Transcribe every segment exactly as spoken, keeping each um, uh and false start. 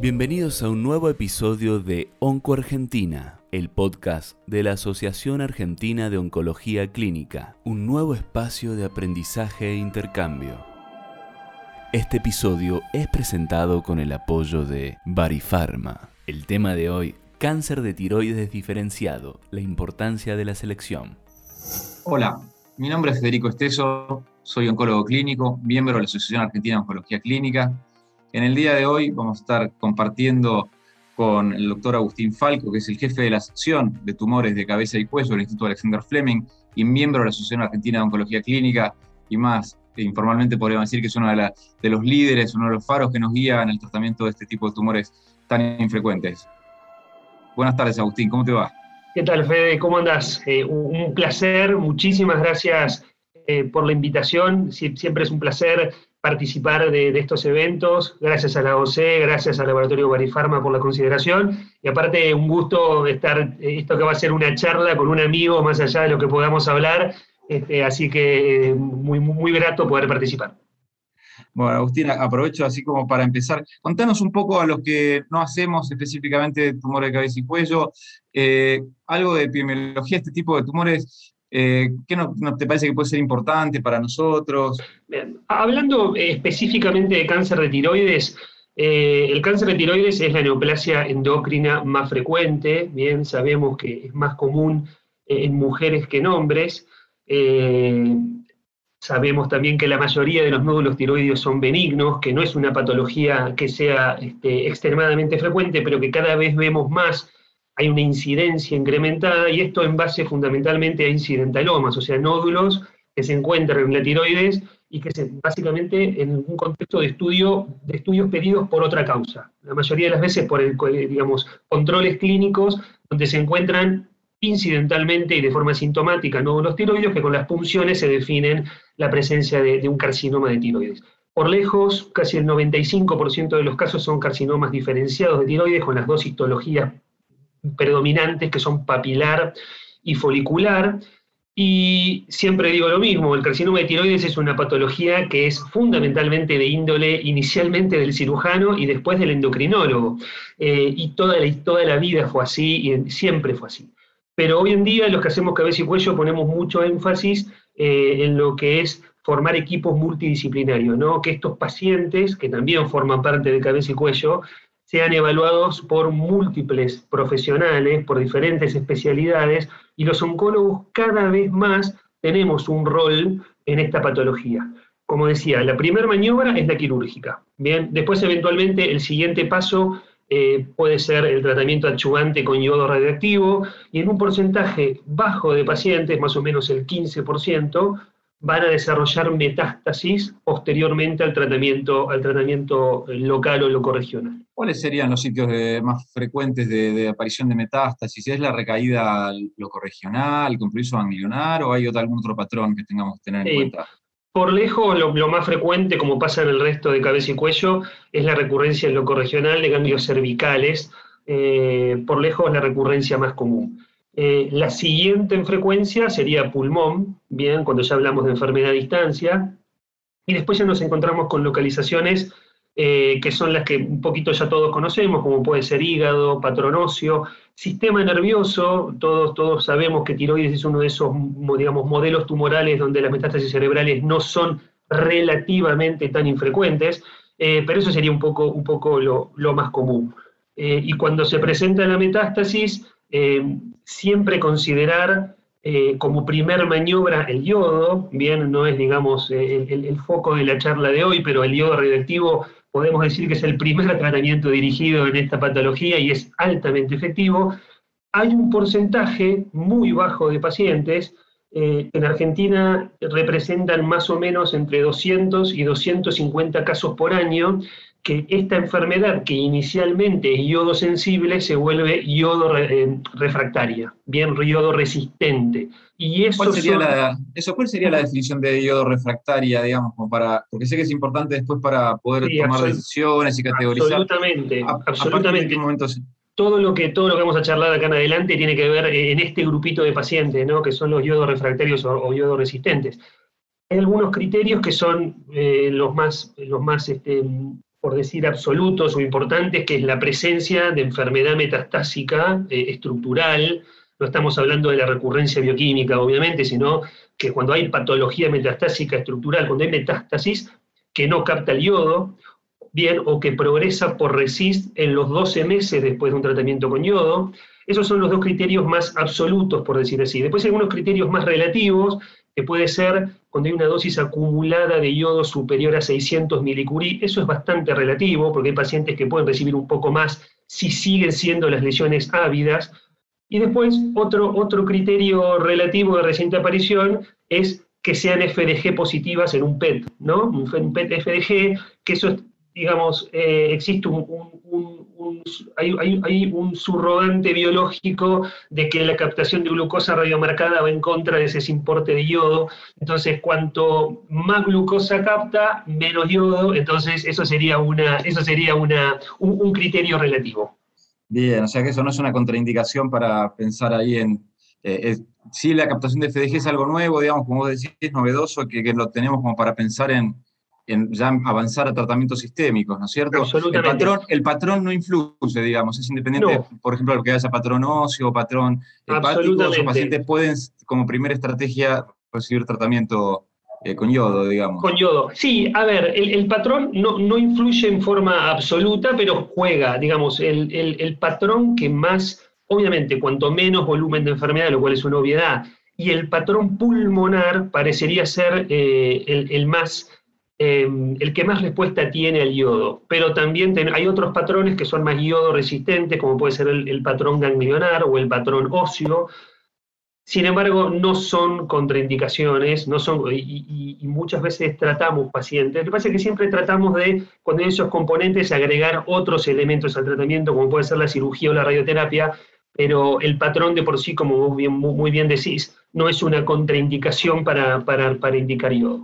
Bienvenidos a un nuevo episodio de Onco Argentina, el podcast de la Asociación Argentina de Oncología Clínica, un nuevo espacio de aprendizaje e intercambio. Este episodio es presentado con el apoyo de Barifarma. El tema de hoy, cáncer de tiroides diferenciado, la importancia de la selección. Hola, mi nombre es Federico Esteso, soy oncólogo clínico, miembro de la Asociación Argentina de Oncología Clínica. En el día de hoy vamos a estar compartiendo con el doctor Agustín Falco, que es el jefe de la sección de tumores de cabeza y cuello del Instituto Alexander Fleming y miembro de la Asociación Argentina de Oncología Clínica, y más, que informalmente podríamos decir que es uno de, la, de los líderes, uno de los faros que nos guía en el tratamiento de este tipo de tumores tan infrecuentes. Buenas tardes, Agustín, ¿cómo te va? ¿Qué tal, Fede? ¿Cómo andás? Eh, un placer, muchísimas gracias eh, por la invitación. Sie- siempre es un placer participar de, de estos eventos. Gracias a la O C E, gracias al Laboratorio Barifarma por la consideración. Y aparte, un gusto estar, eh, esto que va a ser una charla con un amigo, más allá de lo que podamos hablar. Este, así que eh, muy, muy, muy grato poder participar. Bueno, Agustín, aprovecho así como para empezar. Contanos un poco a los que no hacemos específicamente tumores de cabeza y cuello, eh, algo de epidemiología, este tipo de tumores, eh, ¿qué no, no te parece que puede ser importante para nosotros? Bien. Hablando eh, específicamente de cáncer de tiroides, eh, el cáncer de tiroides es la neoplasia endocrina más frecuente. Bien, sabemos que es más común eh, en mujeres que en hombres. Eh, Sabemos también que la mayoría de los nódulos tiroideos son benignos, que no es una patología que sea este, extremadamente frecuente, pero que cada vez vemos más, hay una incidencia incrementada, y esto en base fundamentalmente a incidentalomas, o sea, nódulos que se encuentran en la tiroides y que se, básicamente en un contexto de estudio, de estudios pedidos por otra causa. La mayoría de las veces por el, digamos, controles clínicos donde se encuentran incidentalmente y de forma sintomática nódulos tiroideos que con las punciones se definen la presencia de, de un carcinoma de tiroides. Por lejos, casi el noventa y cinco por ciento de los casos son carcinomas diferenciados de tiroides con las dos histologías predominantes que son papilar y folicular. Y siempre digo lo mismo, el carcinoma de tiroides es una patología que es fundamentalmente de índole inicialmente del cirujano y después del endocrinólogo. Eh, y toda la, toda la vida fue así y siempre fue así. Pero hoy en día los que hacemos cabeza y cuello ponemos mucho énfasis eh, en lo que es formar equipos multidisciplinarios, ¿no? Que estos pacientes, que también forman parte de cabeza y cuello, sean evaluados por múltiples profesionales, por diferentes especialidades, y los oncólogos cada vez más tenemos un rol en esta patología. Como decía, la primera maniobra es la quirúrgica. Bien, después eventualmente el siguiente paso Eh, puede ser el tratamiento adyuvante con yodo radioactivo, y en un porcentaje bajo de pacientes, más o menos el quince por ciento, van a desarrollar metástasis posteriormente al tratamiento, al tratamiento local o locorregional. ¿Cuáles serían los sitios de, más frecuentes de, de aparición de metástasis? ¿Es la recaída locorregional, compromiso ganglionar, o hay otro, algún otro patrón que tengamos que tener en Eh, cuenta? Por lejos, lo, lo más frecuente, como pasa en el resto de cabeza y cuello, es la recurrencia en locorregional de ganglios cervicales. Eh, por lejos, la recurrencia más común. Eh, la siguiente en frecuencia sería pulmón, bien, cuando ya hablamos de enfermedad a distancia. Y después ya nos encontramos con localizaciones eh, que son las que un poquito ya todos conocemos, como puede ser hígado, patrón óseo, sistema nervioso. Todos, todos sabemos que tiroides es uno de esos, digamos, modelos tumorales donde las metástasis cerebrales no son relativamente tan infrecuentes, eh, pero eso sería un poco, un poco lo, lo más común. Eh, y cuando se presenta la metástasis, eh, siempre considerar Eh, como primer maniobra el yodo. Bien, no es, digamos, el, el, el foco de la charla de hoy, pero el yodo radioactivo podemos decir que es el primer tratamiento dirigido en esta patología y es altamente efectivo. Hay un porcentaje muy bajo de pacientes, eh, en Argentina representan más o menos entre doscientos y doscientos cincuenta casos por año, que esta enfermedad, que inicialmente es yodo sensible, se vuelve yodo eh, refractaria, bien, yodo resistente. Y eso ¿Cuál sería, son... la, eso, ¿Cuál sería la definición de yodo refractaria, digamos, como para, porque sé que es importante después para poder Sí, tomar absol decisiones y categorizar? absolutamente, ¿A, a partir de qué absolutamente. momentos? Todo lo, que, todo lo que vamos a charlar acá en adelante tiene que ver en este grupito de pacientes, ¿no? Que son los yodo refractarios o, o yodo resistentes. Hay algunos criterios que son eh, los más, los más este, por decir absolutos o importantes, que es la presencia de enfermedad metastásica eh, estructural. No estamos hablando de la recurrencia bioquímica, obviamente, sino que cuando hay patología metastásica estructural, cuando hay metástasis que no capta el yodo, bien, o que progresa por RECIST en los doce meses después de un tratamiento con yodo. Esos son los dos criterios más absolutos, por decir así. Después hay algunos criterios más relativos, que puede ser cuando hay una dosis acumulada de yodo superior a seiscientos milicurí. Eso es bastante relativo, porque hay pacientes que pueden recibir un poco más si siguen siendo las lesiones ávidas. Y después, otro, otro criterio relativo de reciente aparición es que sean F D G positivas en un P E T, ¿no? Un P E T F D G, que eso, digamos, eh, existe un, un, un, un hay, hay, hay un subrogante biológico de que la captación de glucosa radiomarcada va en contra de ese importe de yodo. Entonces, cuanto más glucosa capta, menos yodo. Entonces, eso sería, una, eso sería una, un, un criterio relativo. Bien, o sea que eso no es una contraindicación para pensar ahí en... Eh, es, sí, la captación de F D G es algo nuevo, digamos, como vos decís, es novedoso, que, que lo tenemos como para pensar en, en ya avanzar a tratamientos sistémicos, ¿no es cierto? Absolutamente. El patrón, el patrón no influye, digamos, es independiente, No. por ejemplo, de lo que haya patrón óseo, patrón hepático, los pacientes pueden, como primera estrategia, recibir tratamiento Eh, con yodo, digamos. Con yodo. Sí, a ver, el, el patrón no, no influye en forma absoluta, pero juega, digamos, el, el, el patrón que más, obviamente, cuanto menos volumen de enfermedad, lo cual es una obviedad, y el patrón pulmonar parecería ser eh, el, el más, eh, el que más respuesta tiene al yodo. Pero también ten, hay otros patrones que son más yodo resistentes, como puede ser el, el patrón ganglionar o el patrón óseo. Sin embargo, no son contraindicaciones, no son, y, y, y muchas veces tratamos pacientes. Lo que pasa es que siempre tratamos de, cuando hay esos componentes, agregar otros elementos al tratamiento, como puede ser la cirugía o la radioterapia, pero el patrón de por sí, como vos bien, muy bien decís, no es una contraindicación para, para, para indicar yodo.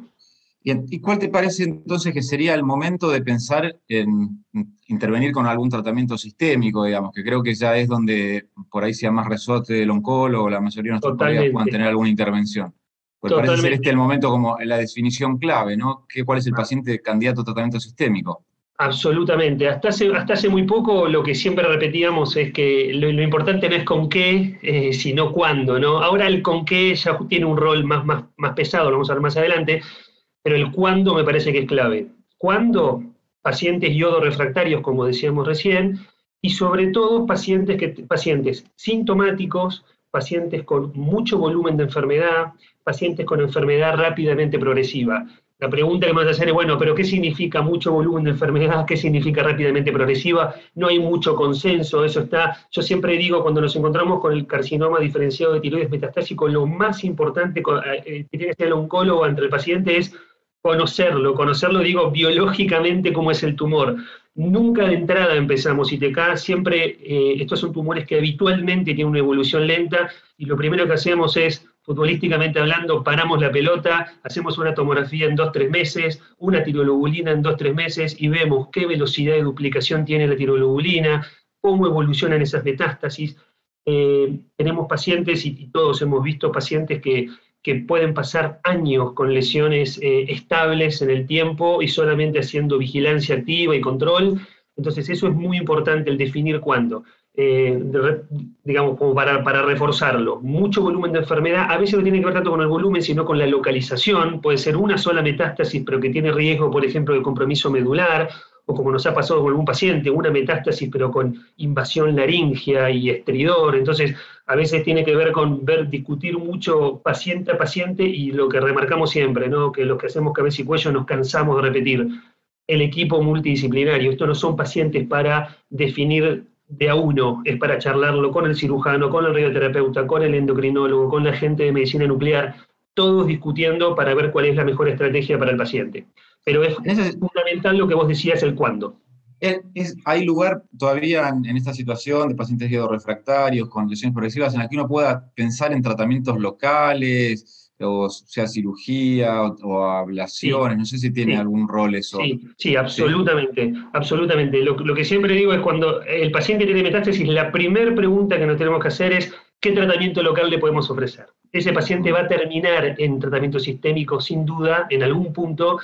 ¿Y cuál te parece entonces que sería el momento de pensar en intervenir con algún tratamiento sistémico, digamos, que creo que ya es donde por ahí sea más resorte del oncólogo, la mayoría de nuestros colegas puedan tener alguna intervención? Pues Totalmente. Parece ser este el momento como la definición clave, ¿no? ¿Qué, ¿Cuál es el paciente candidato a tratamiento sistémico? Absolutamente. Hasta hace, hasta hace muy poco lo que siempre repetíamos es que lo, lo importante no es con qué, eh, sino cuándo, ¿no? Ahora el con qué ya tiene un rol más, más, más pesado, lo vamos a ver más adelante, pero el cuándo me parece que es clave. ¿Cuándo? Pacientes yodo refractarios, como decíamos recién, y sobre todo pacientes, que, pacientes sintomáticos, pacientes con mucho volumen de enfermedad, pacientes con enfermedad rápidamente progresiva. La pregunta que me vas a hacer es, bueno, ¿pero qué significa mucho volumen de enfermedad? ¿Qué significa rápidamente progresiva? No hay mucho consenso, eso está... Yo siempre digo, cuando nos encontramos con el carcinoma diferenciado de tiroides metastásico, lo más importante que tiene que hacer el oncólogo entre el paciente es conocerlo, conocerlo digo biológicamente cómo es el tumor. Nunca de entrada empezamos I T K, siempre eh, estos son tumores que habitualmente tienen una evolución lenta y lo primero que hacemos es, futbolísticamente hablando, paramos la pelota, hacemos una tomografía en dos, tres meses, una tiroglobulina en dos, tres meses y vemos qué velocidad de duplicación tiene la tiroglobulina, cómo evolucionan esas metástasis. Eh, tenemos pacientes, y, y todos hemos visto pacientes que que pueden pasar años con lesiones eh, estables en el tiempo y solamente haciendo vigilancia activa y control. Entonces eso es muy importante, el definir cuándo. Eh, de, digamos, como para, para reforzarlo. Mucho volumen de enfermedad, a veces no tiene que ver tanto con el volumen, sino con la localización. Puede ser una sola metástasis, pero que tiene riesgo, por ejemplo, de compromiso medular, o como nos ha pasado con algún paciente, una metástasis pero con invasión laringea y estridor. Entonces, a veces tiene que ver con ver, discutir mucho paciente a paciente, y lo que remarcamos siempre, ¿no? Que los que hacemos cabeza y cuello nos cansamos de repetir, el equipo multidisciplinario. Esto no son pacientes para definir de a uno, es para charlarlo con el cirujano, con el radioterapeuta, con el endocrinólogo, con la gente de medicina nuclear, todos discutiendo para ver cuál es la mejor estrategia para el paciente. Pero es fundamental lo que vos decías, el cuándo. Es, es, ¿Hay lugar todavía en, en esta situación de pacientes yodo-refractarios con lesiones progresivas en la que uno pueda pensar en tratamientos locales, o sea, cirugía o, o ablaciones? Sí, no sé si tiene sí, algún rol eso. Sí, sí, absolutamente, sí. absolutamente. Lo, lo que siempre digo es, cuando el paciente tiene metástasis, la primera pregunta que nos tenemos que hacer es, ¿qué tratamiento local le podemos ofrecer? Ese paciente va a terminar en tratamiento sistémico sin duda, en algún punto,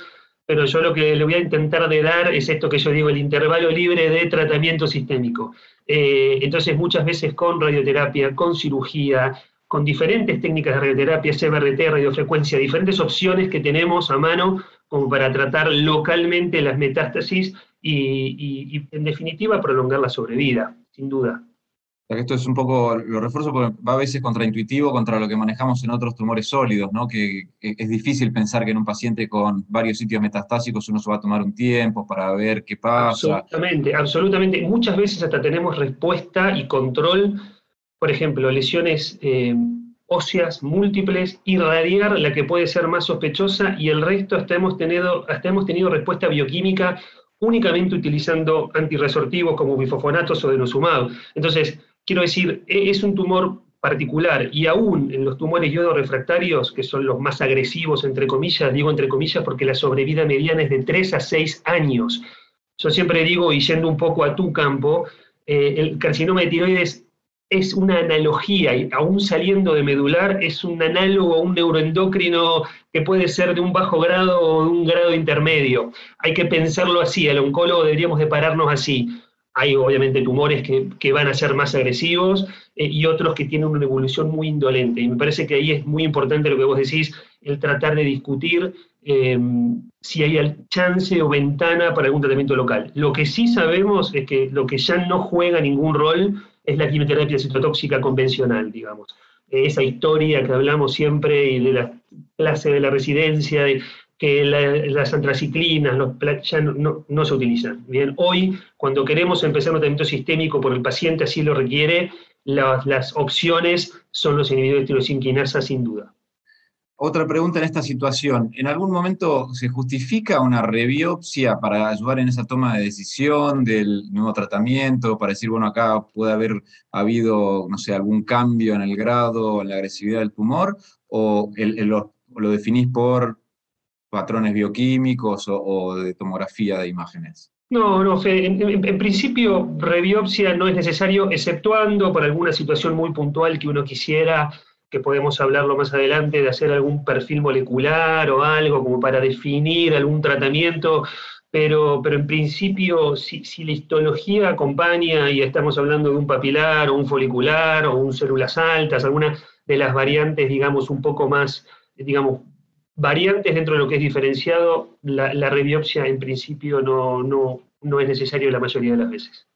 pero yo lo que le voy a intentar de dar es esto que yo digo, el intervalo libre de tratamiento sistémico. Eh, entonces, muchas veces con radioterapia, con cirugía, con diferentes técnicas de radioterapia, C B R T, radiofrecuencia, diferentes opciones que tenemos a mano como para tratar localmente las metástasis y, y, y en definitiva, prolongar la sobrevida, sin duda. O sea, que esto es un poco, lo refuerzo porque va a veces contraintuitivo contra lo que manejamos en otros tumores sólidos, ¿no? Que es difícil pensar que en un paciente con varios sitios metastásicos uno se va a tomar un tiempo para ver qué pasa. Absolutamente, absolutamente. Muchas veces hasta tenemos respuesta y control, por ejemplo, lesiones eh, óseas múltiples, irradiar la que puede ser más sospechosa y el resto hasta hemos tenido, hasta hemos tenido respuesta bioquímica únicamente utilizando antirresortivos como bifosfonatos o denosumab. Entonces, quiero decir, es un tumor particular, y aún en los tumores yodo-refractarios, que son los más agresivos, entre comillas, digo entre comillas porque la sobrevida mediana es de tres a seis años. Yo siempre digo, y yendo un poco a tu campo, eh, el carcinoma de tiroides es una analogía, y aún saliendo de medular, es un análogo a un neuroendocrino que puede ser de un bajo grado o de un grado intermedio. Hay que pensarlo así, al oncólogo deberíamos de pararnos así. Hay obviamente tumores que, que van a ser más agresivos eh, y otros que tienen una evolución muy indolente. Y me parece que ahí es muy importante lo que vos decís, el tratar de discutir eh, si hay chance o ventana para algún tratamiento local. Lo que sí sabemos es que lo que ya no juega ningún rol es la quimioterapia citotóxica convencional, digamos. Eh, esa historia que hablamos siempre y de la clase de la residencia, de que la, las antraciclinas los, ya no, no, no se utilizan. Bien, hoy, cuando queremos empezar un tratamiento sistémico porque el paciente así lo requiere, las, las opciones son los inhibidores de tirosina quinasa, sin duda. Otra pregunta en esta situación. ¿En algún momento se justifica una rebiopsia para ayudar en esa toma de decisión del nuevo tratamiento? Para decir, bueno, acá puede haber habido, no sé, algún cambio en el grado, en la agresividad del tumor, o el, el, lo, lo definís por patrones bioquímicos o, o de tomografía de imágenes? No, no, Fede, en, en, en principio rebiopsia no es necesario, exceptuando por alguna situación muy puntual que uno quisiera, que podemos hablarlo más adelante, de hacer algún perfil molecular o algo como para definir algún tratamiento, pero, pero en principio si, si la histología acompaña y estamos hablando de un papilar o un folicular o un células altas, alguna de las variantes, digamos, un poco más, digamos, variantes dentro de lo que es diferenciado, la, la rebiopsia en principio no, no, no es necesario la mayoría de las veces.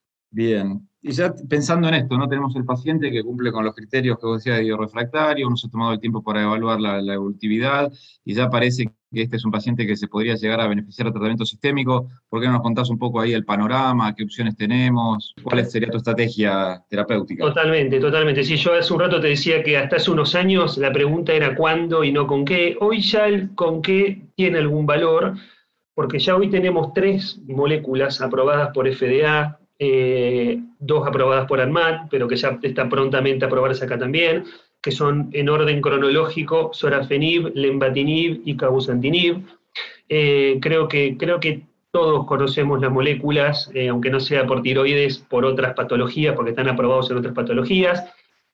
Bien, y ya pensando en esto, ¿no? Tenemos el paciente que cumple con los criterios que vos decías de biorrefractario, nos ha tomado el tiempo para evaluar la, la evolutividad, y ya parece que este es un paciente que se podría llegar a beneficiar del tratamiento sistémico. ¿Por qué no nos contás un poco ahí el panorama, qué opciones tenemos, cuál sería tu estrategia terapéutica? Totalmente, totalmente. Sí, yo hace un rato te decía que hasta hace unos años la pregunta era cuándo y no con qué. Hoy ya el con qué tiene algún valor, porque ya hoy tenemos tres moléculas aprobadas por F D A, Eh, dos aprobadas por ANMAT, pero que ya está prontamente a aprobarse acá también, que son en orden cronológico sorafenib, lenvatinib y cabozantinib. Eh, creo, que, creo que todos conocemos las moléculas, eh, aunque no sea por tiroides, por otras patologías, porque están aprobados en otras patologías.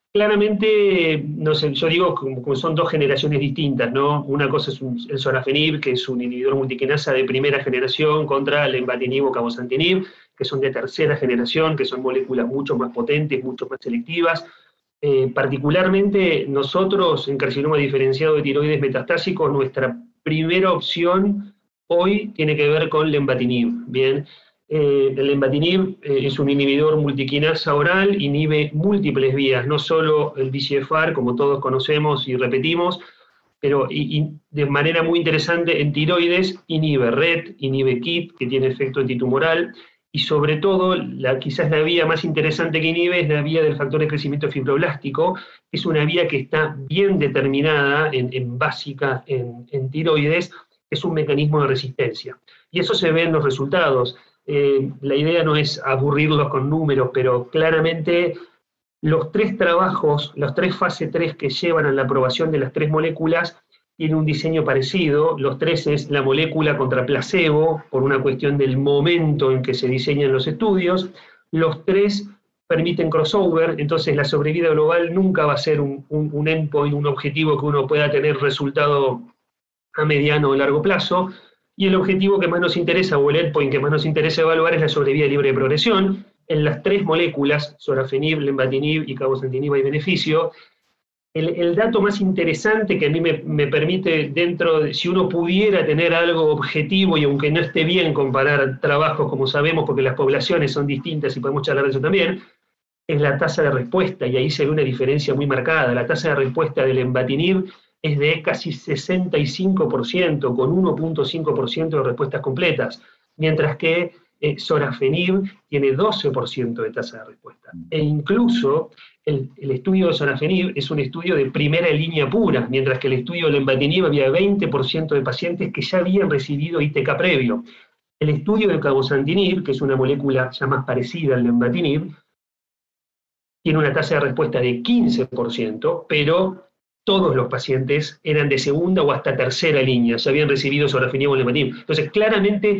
Claramente, no sé, yo digo como, como son dos generaciones distintas, ¿no? Una cosa es un, el sorafenib, que es un inhibidor multiquinasa de primera generación, contra lenvatinib o cabozantinib, que son de tercera generación, que son moléculas mucho más potentes, mucho más selectivas. Eh, particularmente nosotros, en carcinoma diferenciado de tiroides metastásicos, nuestra primera opción hoy tiene que ver con lenvatinib, ¿bien? Eh, el lenvatinib eh, es un inhibidor multiquinasa oral, inhibe múltiples vías, no solo el V G F R, como todos conocemos y repetimos, pero y, y de manera muy interesante en tiroides inhibe R E T, inhibe K I T, que tiene efecto antitumoral, y sobre todo, la, quizás la vía más interesante que inhibe es la vía del factor de crecimiento fibroblástico. Es una vía que está bien determinada, en, en básica, en, en tiroides, es un mecanismo de resistencia. Y eso se ve en los resultados. Eh, la idea no es aburrirlos con números, pero claramente los tres trabajos, los tres fase tres que llevan a la aprobación de las tres moléculas, tiene un diseño parecido. Los tres es la molécula contra placebo, por una cuestión del momento en que se diseñan los estudios. Los tres permiten crossover, entonces la sobrevida global nunca va a ser un, un, un endpoint, un objetivo que uno pueda tener resultado a mediano o largo plazo. Y el objetivo que más nos interesa, o el endpoint que más nos interesa evaluar, es la sobrevida libre de progresión. En las tres moléculas, sorafenib, lenvatinib y cabozantinib, hay beneficio. El, el dato más interesante que a mí me, me permite, dentro de, si uno pudiera tener algo objetivo, y aunque no esté bien comparar trabajos, como sabemos, porque las poblaciones son distintas y podemos charlar de eso también, es la tasa de respuesta, y ahí se ve una diferencia muy marcada. La tasa de respuesta del lenvatinib es de casi sesenta y cinco por ciento, con uno punto cinco por ciento de respuestas completas, mientras que eh, sorafenib tiene doce por ciento de tasa de respuesta. E incluso el, el estudio de sorafenib es un estudio de primera línea pura, mientras que el estudio de lenvatinib había veinte por ciento de pacientes que ya habían recibido I T K previo. El estudio de cabozantinib, que es una molécula ya más parecida al lenvatinib, tiene una tasa de respuesta de quince por ciento, pero todos los pacientes eran de segunda o hasta tercera línea, ya habían recibido sorafenib o lenvatinib. Entonces, claramente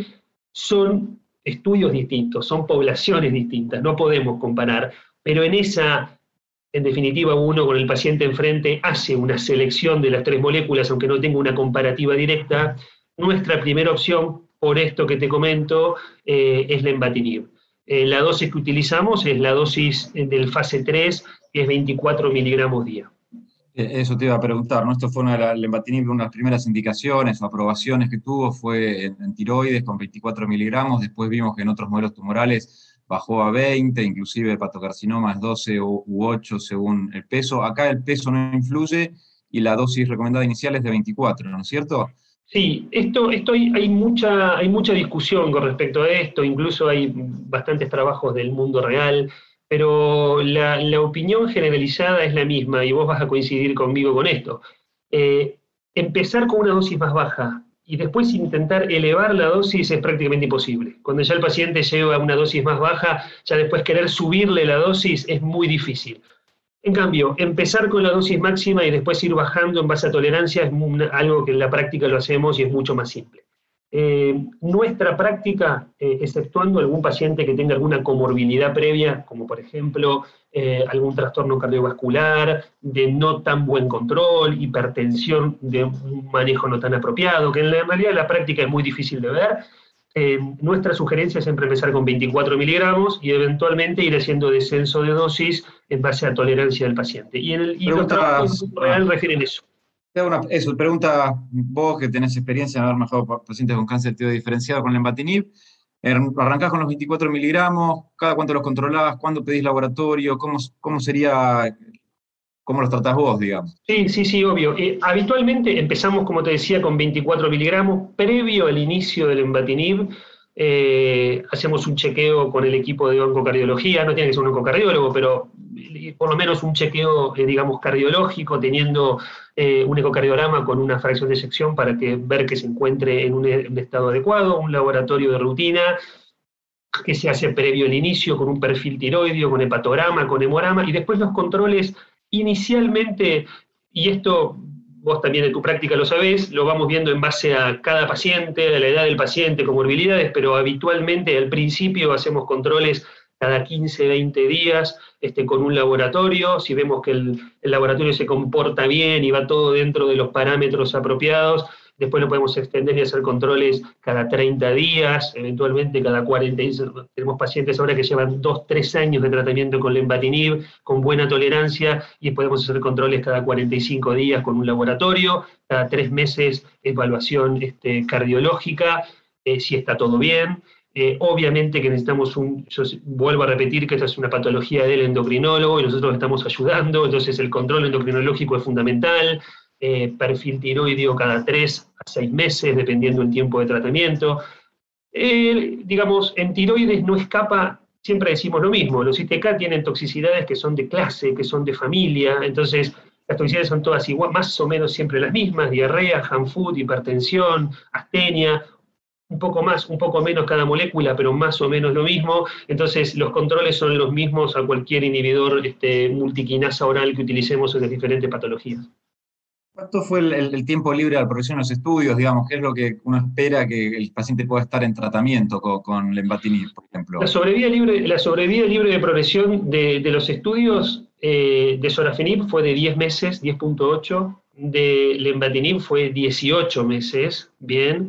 son estudios distintos, son poblaciones distintas, no podemos comparar, pero en esa, en definitiva, uno con el paciente enfrente hace una selección de las tres moléculas, aunque no tenga una comparativa directa. Nuestra primera opción, por esto que te comento, eh, es lenvatinib. Eh, la dosis que utilizamos es la dosis del fase tres, que es veinticuatro miligramos día. Eso te iba a preguntar, ¿no? Esto fue una de las, lenvatinib, una de las primeras indicaciones o aprobaciones que tuvo fue en, en tiroides con veinticuatro miligramos, después vimos que en otros modelos tumorales bajó a veinte, inclusive hepatocarcinomas doce u ocho según el peso. Acá el peso no influye y la dosis recomendada inicial es de veinticuatro, ¿no es cierto? Sí, esto, esto hay, hay, mucha, hay mucha discusión con respecto a esto, incluso hay bastantes trabajos del mundo real, pero la, la opinión generalizada es la misma, y vos vas a coincidir conmigo con esto. Eh, empezar con una dosis más baja y después intentar elevar la dosis es prácticamente imposible. Cuando ya el paciente llega a una dosis más baja, ya después querer subirle la dosis es muy difícil. En cambio, empezar con la dosis máxima y después ir bajando en base a tolerancia es una, algo que en la práctica lo hacemos y es mucho más simple. Eh, nuestra práctica, eh, exceptuando algún paciente que tenga alguna comorbilidad previa, como por ejemplo eh, algún trastorno cardiovascular, de no tan buen control, hipertensión, de un manejo no tan apropiado, que en, la, en realidad la práctica es muy difícil de ver, eh, nuestra sugerencia es siempre empezar con veinticuatro miligramos y eventualmente ir haciendo descenso de dosis en base a tolerancia del paciente. Y, en el, y los trabajos real refieren eso. Una, eso, pregunta vos que tenés experiencia en haber manejado pacientes con cáncer de tiroides diferenciado con lenvatinib. Arrancás con los veinticuatro miligramos, ¿cada cuánto los controlás? ¿Cuándo pedís laboratorio? ¿Cómo, cómo sería, cómo los tratás vos, digamos? Sí, sí, sí, obvio. Eh, habitualmente empezamos, como te decía, con veinticuatro miligramos. Previo al inicio del lenvatinib, eh, hacemos un chequeo con el equipo de oncocardiología, no tiene que ser un oncocardiólogo, pero por lo menos un chequeo, eh, digamos, cardiológico, teniendo eh, un ecocardiograma con una fracción de sección para que, ver que se encuentre en un, un estado adecuado, un laboratorio de rutina que se hace previo al inicio con un perfil tiroideo, con hepatograma, con hemograma, y después los controles inicialmente, y esto vos también en tu práctica lo sabés, lo vamos viendo en base a cada paciente, a la edad del paciente, comorbilidades, pero habitualmente al principio hacemos controles cada quince, veinte días, este, con un laboratorio. Si vemos que el, el laboratorio se comporta bien y va todo dentro de los parámetros apropiados, después lo podemos extender y hacer controles cada treinta días, eventualmente cada cuarenta. Tenemos pacientes ahora que llevan dos, tres años de tratamiento con lenvatinib, con buena tolerancia, y podemos hacer controles cada cuarenta y cinco días con un laboratorio, cada tres meses evaluación este, cardiológica, eh, si está todo bien. Eh, obviamente que necesitamos un, yo vuelvo a repetir que esta es una patología del endocrinólogo y nosotros estamos ayudando, entonces el control endocrinológico es fundamental, eh, perfil tiroideo cada tres a seis meses, dependiendo del tiempo de tratamiento. Eh, digamos, en tiroides no escapa, siempre decimos lo mismo, los I T K tienen toxicidades que son de clase, que son de familia, entonces las toxicidades son todas igual, más o menos siempre las mismas: diarrea, hand foot, hipertensión, astenia, un poco más, un poco menos cada molécula, pero más o menos lo mismo. Entonces los controles son los mismos a cualquier inhibidor este, multiquinasa oral que utilicemos en las diferentes patologías. ¿Cuánto fue el, el, el tiempo libre al progresión en los estudios, digamos? ¿Qué es lo que uno espera que el paciente pueda estar en tratamiento con, con lenvatinib, por ejemplo? La sobrevida libre, la sobrevida libre de progresión de, de los estudios eh, de sorafenib fue de diez meses, diez punto ocho, de lenvatinib fue dieciocho meses, bien.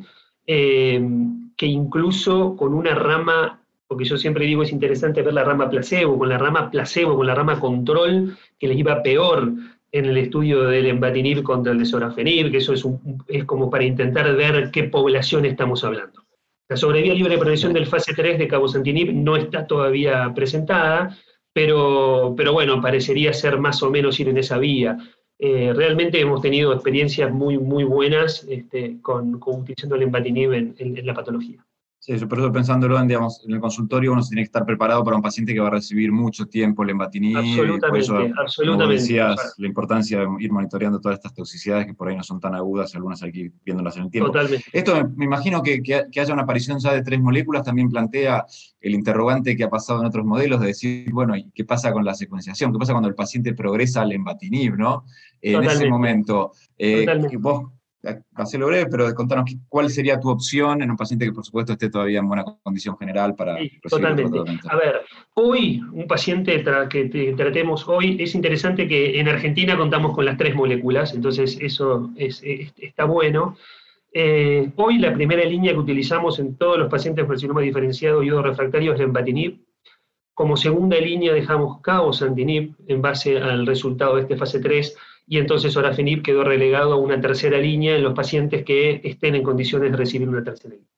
eh, que incluso con una rama, porque yo siempre digo es interesante ver la rama placebo, con la rama placebo, con la rama control, que les iba peor en el estudio del lenvatinib contra el de sorafenib, que eso es, un, es como para intentar ver qué población estamos hablando. La sobrevía libre de prevención del fase tres de cabozantinib no está todavía presentada, pero, pero bueno, parecería ser más o menos ir en esa vía. Eh, realmente hemos tenido experiencias muy, muy buenas este, con, con utilizando el lenvatinib en, en, en la patología. Sí, yo por eso pensándolo en, digamos, en el consultorio uno se tiene que estar preparado para un paciente que va a recibir mucho tiempo el lenvatinib. Absolutamente, por eso, absolutamente. Como decías, la importancia de ir monitoreando todas estas toxicidades que por ahí no son tan agudas, algunas hay que ir viéndolas en el tiempo. Totalmente. Esto me, me imagino que, que, que haya una aparición ya de tres moléculas también plantea el interrogante que ha pasado en otros modelos de decir, bueno, ¿y qué pasa con la secuenciación? ¿Qué pasa cuando el paciente progresa al lenvatinib, ¿no? En Totalmente. ese momento, eh, Totalmente. vos, hacerlo breve, pero contanos cuál sería tu opción en un paciente que por supuesto esté todavía en buena condición general para sí, recibir totalmente. otro tratamiento. A ver, hoy, un paciente tra que te tratemos hoy, es interesante que en Argentina contamos con las tres moléculas, entonces eso es, es, está bueno. Eh, hoy la primera línea que utilizamos en todos los pacientes con carcinoma diferenciado y refractario es lenvatinib. Como segunda línea dejamos cabozantinib en base al resultado de este fase tres, y entonces sorafenib quedó relegado a una tercera línea en los pacientes que estén en condiciones de recibir una tercera línea.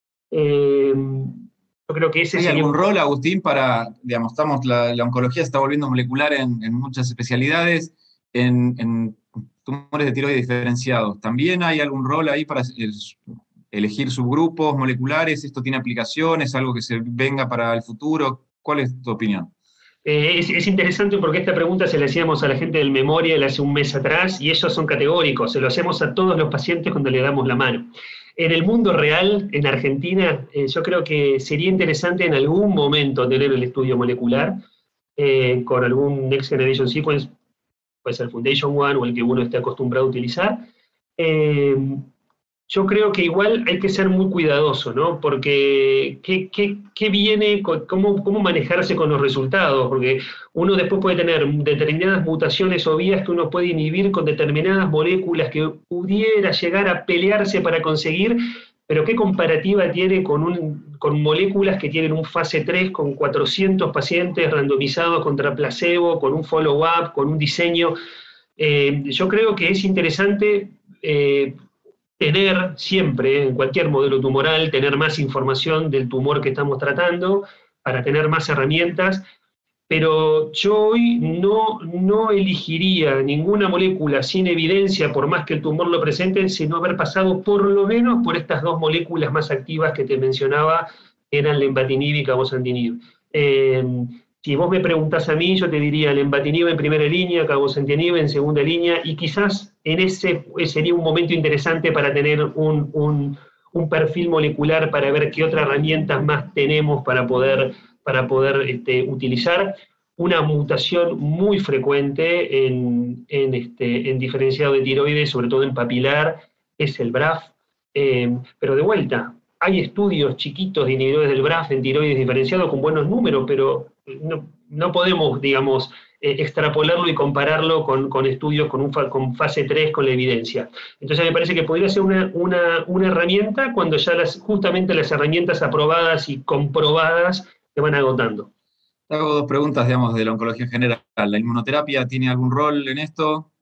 Eh, yo creo que ese ¿Hay sería algún un... rol, Agustín, para, digamos, estamos, la, la oncología se está volviendo molecular en, en muchas especialidades, en, en tumores de tiroides diferenciados? ¿También hay algún rol ahí para el, elegir subgrupos moleculares? ¿Esto tiene aplicaciones? ¿Algo que se venga para el futuro? ¿Cuál es tu opinión? Eh, es, es interesante porque esta pregunta se la hacíamos a la gente del Memorial hace un mes atrás, y ellos son categóricos, se lo hacemos a todos los pacientes cuando le damos la mano. En el mundo real, en Argentina, eh, yo creo que sería interesante en algún momento tener el estudio molecular eh, con algún Next Generation Sequence, puede ser Foundation One o el que uno esté acostumbrado a utilizar. Eh, Yo creo que igual hay que ser muy cuidadoso, ¿no? Porque ¿qué, qué, qué viene, cómo, cómo manejarse con los resultados? Porque uno después puede tener determinadas mutaciones o vías que uno puede inhibir con determinadas moléculas que pudiera llegar a pelearse para conseguir, pero ¿qué comparativa tiene con, un, con moléculas que tienen un fase tres con cuatrocientos pacientes randomizados contra placebo, con un follow-up, con un diseño? Eh, yo creo que es interesante... Eh, tener siempre, en cualquier modelo tumoral, tener más información del tumor que estamos tratando, para tener más herramientas, pero yo hoy no, no elegiría ninguna molécula sin evidencia, por más que el tumor lo presente, sino haber pasado por lo menos por estas dos moléculas más activas que te mencionaba, eran lenvatinib y cabozantinib. Eh, Si vos me preguntás a mí, yo te diría lenvatinib en primera línea, cabozantinib en segunda línea, y quizás en ese sería un momento interesante para tener un, un, un perfil molecular para ver qué otras herramientas más tenemos para poder, para poder este, utilizar. Una mutación muy frecuente en, en, este, en diferenciado de tiroides, sobre todo en papilar, es el B R A F. Eh, pero de vuelta, hay estudios chiquitos de inhibidores del B R A F en tiroides diferenciado con buenos números, pero no, no podemos, digamos, eh, extrapolarlo y compararlo con, con estudios con, un fa, con fase tres, con la evidencia. Entonces me parece que podría ser una, una, una herramienta cuando ya las, justamente las herramientas aprobadas y comprobadas se van agotando. Te hago dos preguntas, digamos, de la oncología general. ¿La inmunoterapia tiene algún rol en esto?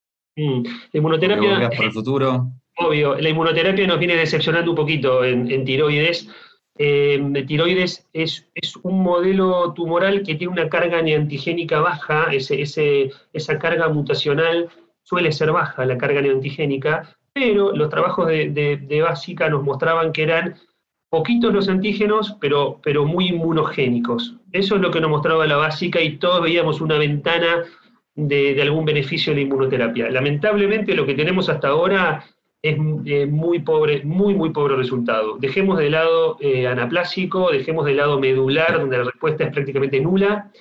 Mm, la inmunoterapia... ¿Para el futuro? Obvio, la inmunoterapia nos viene decepcionando un poquito en, en tiroides. Eh, tiroides es, es un modelo tumoral que tiene una carga neoantigénica baja, ese, ese, esa carga mutacional suele ser baja, la carga neoantigénica, pero los trabajos de, de, de básica nos mostraban que eran poquitos los antígenos, pero, pero muy inmunogénicos. Eso es lo que nos mostraba la básica y todos veíamos una ventana de, de algún beneficio de la inmunoterapia. Lamentablemente lo que tenemos hasta ahora es eh, muy pobre, muy, muy pobre resultado. Dejemos de lado eh, anaplásico, dejemos de lado medular, donde la respuesta es prácticamente nula.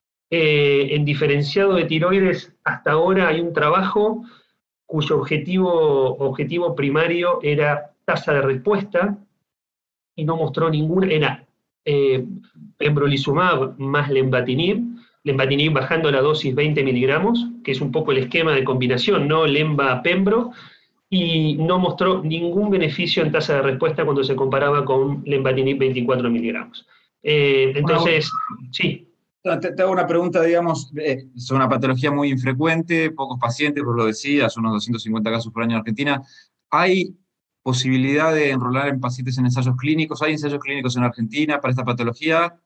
Eh, en diferenciado de tiroides, hasta ahora hay un trabajo cuyo objetivo, objetivo primario era tasa de respuesta, y no mostró ninguna, era eh, pembrolizumab más lenvatinib, lenvatinib bajando la dosis veinte miligramos, que es un poco el esquema de combinación, ¿no? Lemba-pembro, y no mostró ningún beneficio en tasa de respuesta cuando se comparaba con lenvatinib veinticuatro miligramos. Eh, entonces, bueno, sí. Te, te hago una pregunta, digamos, eh, es una patología muy infrecuente, pocos pacientes, vos lo decías, unos doscientos cincuenta casos por año en Argentina. ¿Hay posibilidad de enrolar en pacientes en ensayos clínicos? ¿Hay ensayos clínicos en Argentina para esta patología?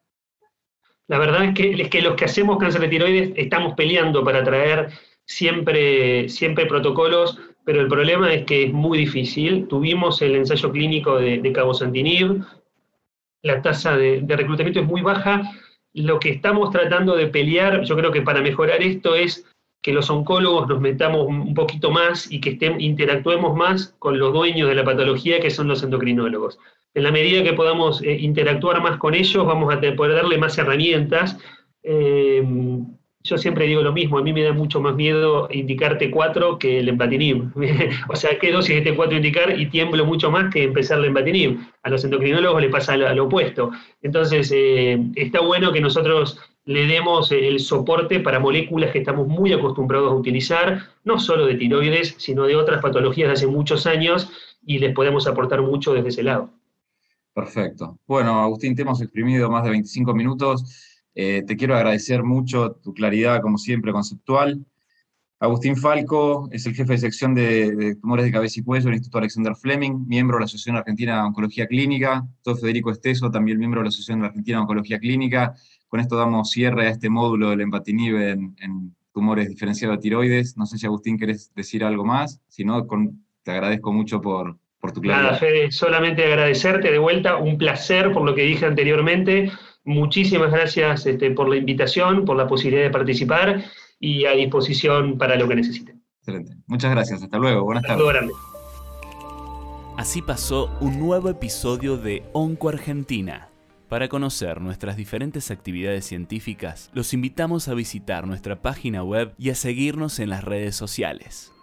La verdad es que, es que los que hacemos cáncer de tiroides estamos peleando para traer siempre, siempre protocolos, pero el problema es que es muy difícil. Tuvimos el ensayo clínico de, de cabozantinib, la tasa de, de reclutamiento es muy baja. Lo que estamos tratando de pelear, yo creo que para mejorar esto, es que los oncólogos nos metamos un poquito más y que estén, interactuemos más con los dueños de la patología, que son los endocrinólogos. En la medida que podamos eh, interactuar más con ellos, vamos a poder darle más herramientas. Eh, yo siempre digo lo mismo, a mí me da mucho más miedo indicar T cuatro que el lenvatinib. O sea, ¿qué dosis de T cuatro indicar? Y tiemblo mucho más que empezar el lenvatinib. A los endocrinólogos le pasa lo, lo opuesto. Entonces, eh, está bueno que nosotros le demos el soporte para moléculas que estamos muy acostumbrados a utilizar, no solo de tiroides, sino de otras patologías de hace muchos años, y les podemos aportar mucho desde ese lado. Perfecto. Bueno, Agustín, te hemos exprimido más de veinticinco minutos. Eh, te quiero agradecer mucho tu claridad, como siempre, conceptual. Agustín Falco es el jefe de sección de, de tumores de cabeza y cuello del Instituto Alexander Fleming, miembro de la Asociación Argentina de Oncología Clínica. Soy Federico Esteso, también miembro de la Asociación Argentina de Oncología Clínica. Con esto damos cierre a este módulo del lenvatinib en, en tumores diferenciados de tiroides. No sé si, Agustín, querés decir algo más. Si no, con, te agradezco mucho por, por tu claridad. Nada, Fede, solamente agradecerte de vuelta, un placer por lo que dije anteriormente. Muchísimas gracias este, por la invitación, por la posibilidad de participar y a disposición para lo que necesiten. Excelente. Muchas gracias. Hasta luego. Buenas Hasta tardes. luego, grande. Así pasó un nuevo episodio de Onco Argentina. Para conocer nuestras diferentes actividades científicas, los invitamos a visitar nuestra página web y a seguirnos en las redes sociales.